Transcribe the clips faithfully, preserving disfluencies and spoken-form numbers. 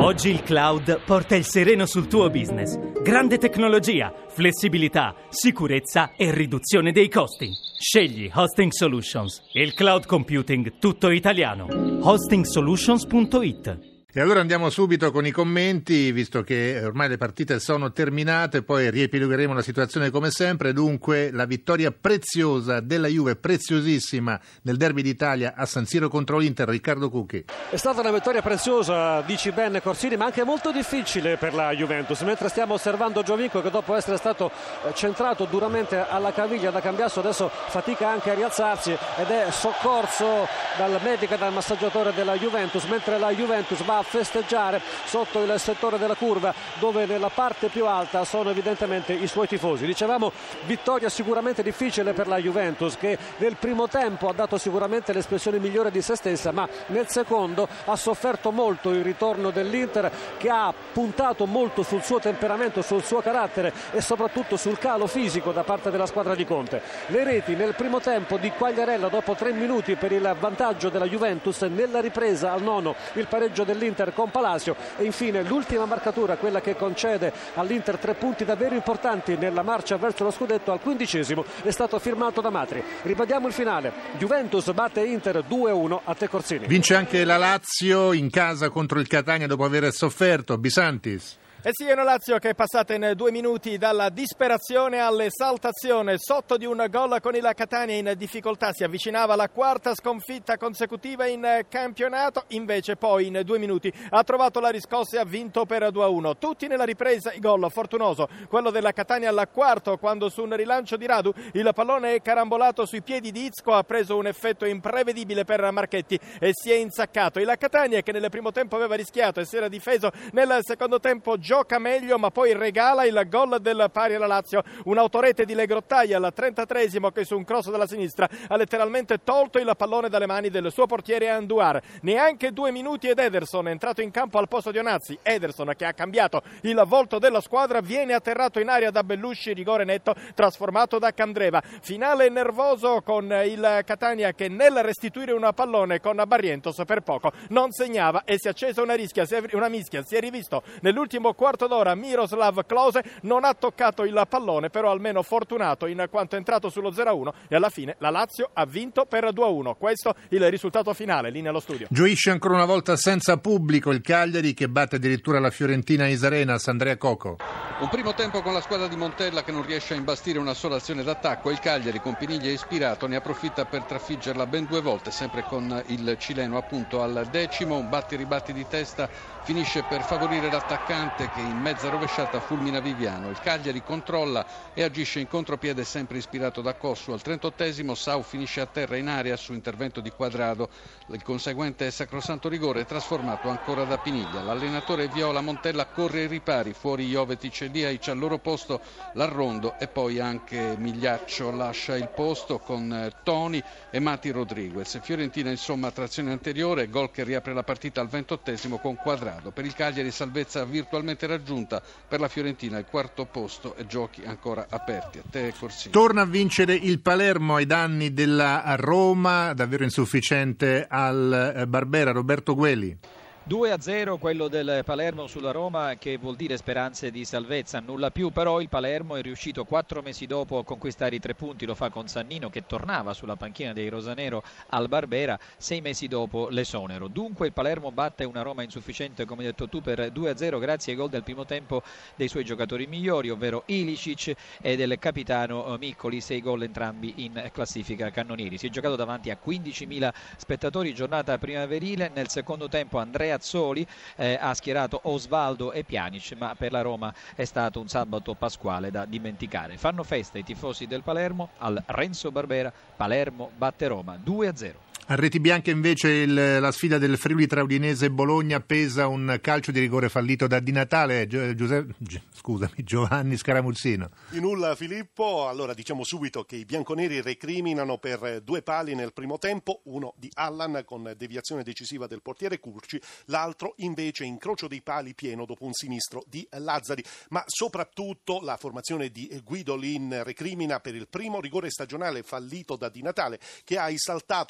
Oggi il cloud porta il sereno sul tuo business. Grande tecnologia, flessibilità, sicurezza e riduzione dei costi. Scegli Hosting Solutions, il cloud computing tutto italiano. hosting solutions punto it. E allora andiamo subito con i commenti, visto che ormai le partite sono terminate, poi riepilogheremo la situazione come sempre. Dunque, la vittoria preziosa della Juve, preziosissima, nel derby d'Italia a San Siro contro l'Inter. Riccardo Cucchi. È stata una vittoria preziosa, dici bene Corsini, ma anche molto difficile per la Juventus, mentre stiamo osservando Giovinco che dopo essere stato centrato duramente alla caviglia da Cambiasso adesso fatica anche a rialzarsi ed è soccorso dal medico e dal massaggiatore della Juventus, mentre la Juventus va a festeggiare sotto il settore della curva dove nella parte più alta sono evidentemente i suoi tifosi. Dicevamo vittoria sicuramente difficile per la Juventus, che nel primo tempo ha dato sicuramente l'espressione migliore di se stessa, ma nel secondo ha sofferto molto il ritorno dell'Inter, che ha puntato molto sul suo temperamento, sul suo carattere e soprattutto sul calo fisico da parte della squadra di Conte. Le reti nel primo tempo di Quagliarella dopo tre minuti per il vantaggio della Juventus, nella ripresa al nono il pareggio dell'Inter con Palacio e infine l'ultima marcatura, quella che concede all'Inter tre punti davvero importanti nella marcia verso lo scudetto al quindicesimo, è stato firmato da Matri. Ribadiamo il finale: Juventus batte Inter due a uno. A te Corsini. Vince anche la Lazio in casa contro il Catania dopo aver sofferto. Bisantis. Eh sì, è una Lazio che è passata in due minuti dalla disperazione all'esaltazione, sotto di un gol con il Catania in difficoltà, si avvicinava alla quarta sconfitta consecutiva in campionato, invece poi in due minuti ha trovato la riscossa e ha vinto per due a uno. Tutti nella ripresa, i gol fortunoso, quello della Catania al quarto, quando su un rilancio di Radu il pallone è carambolato sui piedi di Izco, ha preso un effetto imprevedibile per Marchetti e si è insaccato. Il Catania, che nel primo tempo aveva rischiato e si era difeso, nel secondo tempo gioca meglio, ma poi regala il gol del pari alla Lazio, un'autorete di Legrottaia al trentatreesimo che su un cross dalla sinistra ha letteralmente tolto il pallone dalle mani del suo portiere Anduar. Neanche due minuti ed Ederson è entrato in campo al posto di Onazzi. Ederson, che ha cambiato il volto della squadra, viene atterrato in aria da Bellusci, rigore netto trasformato da Candreva. Finale nervoso con il Catania che nel restituire un pallone con Barrientos per poco non segnava e si è accesa una, rischia, una mischia, si è rivisto nell'ultimo quarto d'ora. Miroslav Klose non ha toccato il pallone, però almeno fortunato in quanto è entrato sullo zero a uno e alla fine la Lazio ha vinto per due a uno. Questo il risultato finale. Linea allo studio. Gioisce ancora una volta senza pubblico il Cagliari, che batte addirittura la Fiorentina a Isarenas. Andrea Coco. Un primo tempo con la squadra di Montella che non riesce a imbastire una sola azione d'attacco. Il Cagliari, con Piniglia ispirato, ne approfitta per trafiggerla ben due volte, sempre con il cileno appunto al decimo. Un batti ribatti di testa finisce per favorire l'attaccante che in mezza rovesciata fulmina Viviano. Il Cagliari controlla e agisce in contropiede, sempre ispirato da Cossu. Al trentottesimo Sau finisce a terra in area su intervento di Quadrado. Il conseguente sacrosanto rigore trasformato ancora da Piniglia. L'allenatore viola, Montella corre ai ripari, fuori Jovetic e Liaic, al loro posto Larrondo e poi anche Migliaccio lascia il posto con Toni e Mati Rodriguez. Fiorentina insomma trazione anteriore, gol che riapre la partita al ventottesimo con Quadrado. Per il Cagliari salvezza virtualmente raggiunta, per la Fiorentina il quarto posto e giochi ancora aperti. A te Corsini. Torna a vincere il Palermo ai danni della Roma, davvero insufficiente al Barbera. Roberto Gueli. due a zero quello del Palermo sulla Roma, che vuol dire speranze di salvezza, nulla più. Però il Palermo è riuscito quattro mesi dopo a conquistare i tre punti, lo fa con Sannino che tornava sulla panchina dei rosanero al Barbera, sei mesi dopo l'esonero. Dunque il Palermo batte una Roma insufficiente, come hai detto tu, per due a zero grazie ai gol del primo tempo dei suoi giocatori migliori, ovvero Ilicic e del capitano Miccoli, sei gol entrambi in classifica cannonieri. Si è giocato davanti a quindicimila spettatori, giornata primaverile. Nel secondo tempo Andrea Azzoli eh, ha schierato Osvaldo e Pjanic, ma per la Roma è stato un sabato pasquale da dimenticare. Fanno festa i tifosi del Palermo al Renzo Barbera. Palermo batte Roma due a zero. A reti bianche invece il, la sfida del Friuli tra Udinese e Bologna, pesa un calcio di rigore fallito da Di Natale. Gio, Giuseppe, scusami, Giovanni Scaramuzzino. In nulla Filippo, allora diciamo subito che i bianconeri recriminano per due pali nel primo tempo, uno di Allan con deviazione decisiva del portiere Curci, l'altro invece incrocio dei pali pieno dopo un sinistro di Lazzari, ma soprattutto la formazione di Guidolin recrimina per il primo rigore stagionale fallito da Di Natale, che ha esaltato al ventunesimo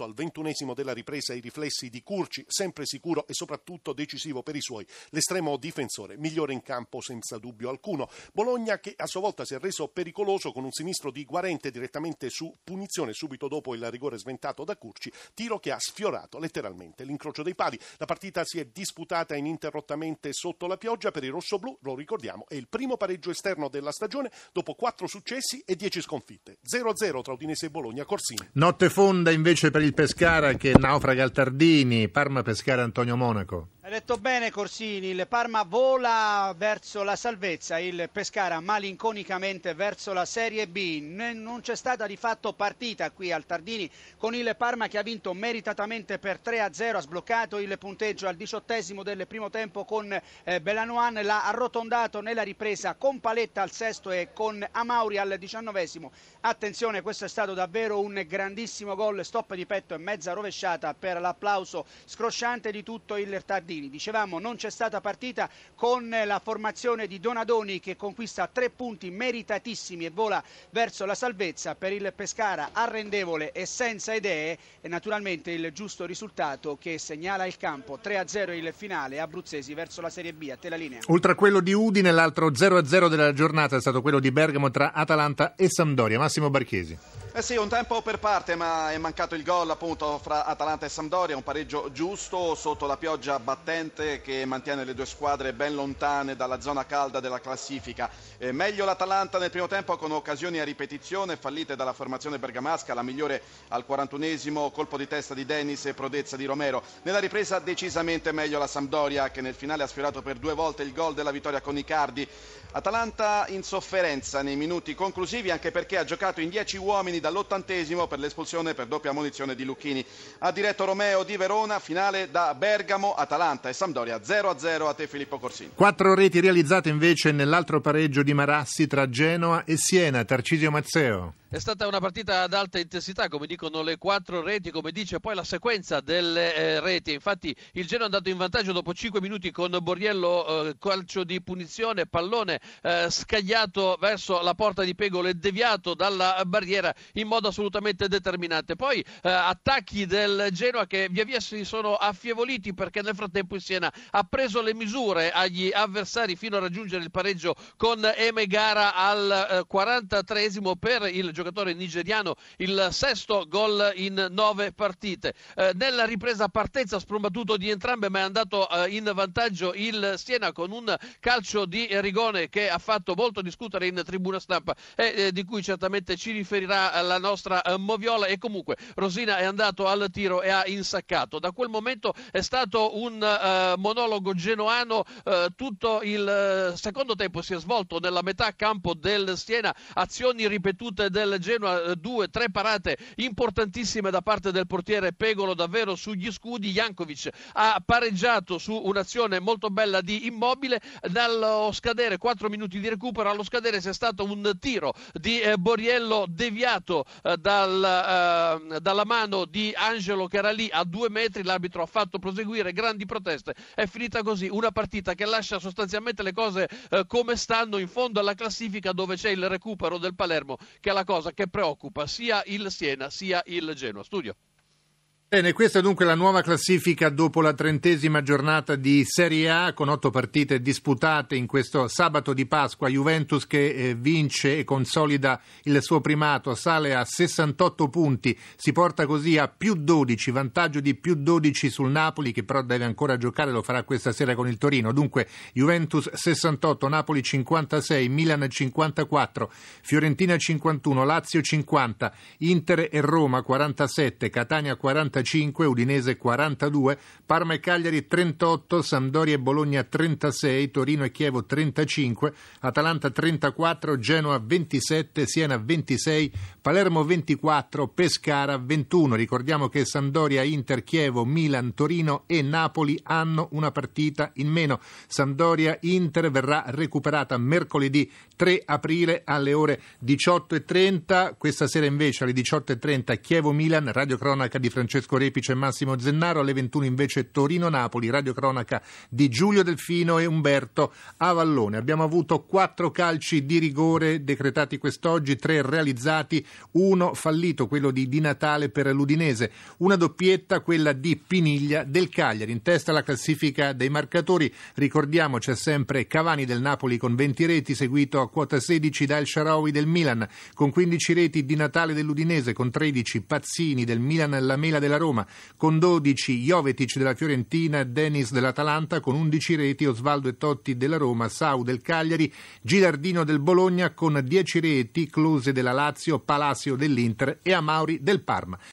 quarantunesimo della ripresa i riflessi di Curci, sempre sicuro e soprattutto decisivo per i suoi. L'estremo difensore, migliore in campo senza dubbio alcuno. Bologna che a sua volta si è reso pericoloso con un sinistro di Guarente direttamente su punizione subito dopo il rigore sventato da Curci, tiro che ha sfiorato letteralmente l'incrocio dei pali. La partita si è disputata ininterrottamente sotto la pioggia. Per i rossoblù, lo ricordiamo, è il primo pareggio esterno della stagione dopo quattro successi e dieci sconfitte. zero a zero tra Udinese e Bologna. Corsini. Notte fonda invece per il Pescara che naufraga al Tardini. Parma Pescara Antonio Monaco. Hai detto bene Corsini, il Parma vola verso la salvezza, il Pescara malinconicamente verso la Serie B. Non c'è stata di fatto partita qui al Tardini con il Parma che ha vinto meritatamente per tre a zero, ha sbloccato il punteggio al diciottesimo del primo tempo con eh, Belanoan, l'ha arrotondato nella ripresa con Paletta al sesto e con Amauri al diciannovesimo. Attenzione, questo è stato davvero un grandissimo gol, stop di petto e mezza rovesciata per l'applauso scrosciante di tutto il Tardini. Dicevamo, non c'è stata partita con la formazione di Donadoni che conquista tre punti meritatissimi e vola verso la salvezza. Per il Pescara arrendevole e senza idee e naturalmente il giusto risultato che segnala il campo. Tre a zero il finale, abruzzesi verso la Serie B. A te la linea. Oltre a quello di Udine, l'altro zero a zero della giornata è stato quello di Bergamo tra Atalanta e Sampdoria. Massimo Barchesi. Eh sì, un tempo per parte, ma è mancato il gol appunto fra Atalanta e Sampdoria, un pareggio giusto sotto la pioggia battente che mantiene le due squadre ben lontane dalla zona calda della classifica. Eh, meglio l'Atalanta nel primo tempo con occasioni a ripetizione fallite dalla formazione bergamasca, la migliore al quarantunesimo, colpo di testa di Dennis e prodezza di Romero. Nella ripresa decisamente meglio la Sampdoria che nel finale ha sfiorato per due volte il gol della vittoria con Icardi. Atalanta in sofferenza nei minuti conclusivi anche perché ha giocato in dieci uomini dall'ottantesimo per l'espulsione per doppia munizione di Lucchini. Ha diretto Romeo di Verona, finale da Bergamo, Atalanta e Sampdoria zero a zero. A te Filippo Corsini. Quattro reti realizzate invece nell'altro pareggio di Marassi tra Genoa e Siena. Tarcisio Mazzeo. È stata una partita ad alta intensità, come dicono le quattro reti, come dice poi la sequenza delle eh, reti. Infatti il Genoa è andato in vantaggio dopo cinque minuti con Borriello, eh, calcio di punizione, pallone eh, scagliato verso la porta di Pegolo e deviato dalla barriera in modo assolutamente determinante. Poi eh, attacchi del Genoa che via via si sono affievoliti perché nel frattempo il Siena ha preso le misure agli avversari fino a raggiungere il pareggio con Emegara al eh, quarantatreesimo per il giocatore nigeriano, il sesto gol in nove partite. Eh, nella ripresa partenza sprombattuto di entrambe, ma è andato eh, in vantaggio il Siena con un calcio di rigore che ha fatto molto discutere in tribuna stampa e eh, di cui certamente ci riferirà la nostra eh, Moviola. E comunque Rosina è andato al tiro e ha insaccato. Da quel momento è stato un eh, monologo genoano, eh, tutto il eh, secondo tempo si è svolto nella metà campo del Siena, azioni ripetute del Genoa, due, tre parate importantissime da parte del portiere Pegolo davvero sugli scudi. Jankovic ha pareggiato su un'azione molto bella di Immobile. Dallo scadere quattro minuti di recupero, allo scadere c'è stato un tiro di eh, Borriello deviato eh, dal, eh, dalla mano di Angelo che era lì a due metri. L'arbitro ha fatto proseguire, grandi proteste. È finita così una partita che lascia sostanzialmente le cose eh, come stanno in fondo alla classifica, dove c'è il recupero del Palermo, che è la cosa che preoccupa sia il Siena sia il Genoa. Studio. Bene, questa è dunque la nuova classifica dopo la trentesima giornata di Serie A con otto partite disputate in questo sabato di Pasqua. Juventus che eh, vince e consolida il suo primato, sale a sessantotto punti, si porta così a più dodici, vantaggio di più dodici sul Napoli che però deve ancora giocare, lo farà questa sera con il Torino. Dunque Juventus sessantotto, Napoli cinquantasei, Milan cinquantaquattro, Fiorentina cinquantuno, Lazio cinquanta, Inter e Roma quarantasette, Catania quarantacinque, Udinese quarantadue, Parma e Cagliari trentotto, Sampdoria e Bologna trentasei, Torino e Chievo trentacinque, Atalanta trentaquattro, Genoa ventisette, Siena ventisei, Palermo ventiquattro, Pescara ventuno. Ricordiamo che Sampdoria, Inter, Chievo, Milan, Torino e Napoli hanno una partita in meno. Sampdoria-Inter verrà recuperata mercoledì tre aprile alle ore diciotto e trenta. Questa sera invece alle diciotto e trenta Chievo-Milan, radiocronaca di Francesco Repice e Massimo Zennaro. Alle ventuno invece Torino-Napoli, radiocronaca di Giulio Delfino e Umberto Avallone. Abbiamo avuto quattro calci di rigore decretati quest'oggi, tre realizzati, uno fallito, quello di Di Natale per l'Udinese, una doppietta, quella di Piniglia del Cagliari. In testa alla classifica dei marcatori, ricordiamo, c'è sempre Cavani del Napoli con venti reti, seguito a quota sedici da El Shaarawy del Milan, con quindici reti Di Natale dell'Udinese, con tredici Pazzini del Milan Lamela della Roma, con dodici Jovetic della Fiorentina, Dennis dell'Atalanta, con undici reti Osvaldo e Totti della Roma, Sau del Cagliari, Gilardino del Bologna con dieci reti, Close della Lazio, Palacio dell'Inter e Amauri del Parma.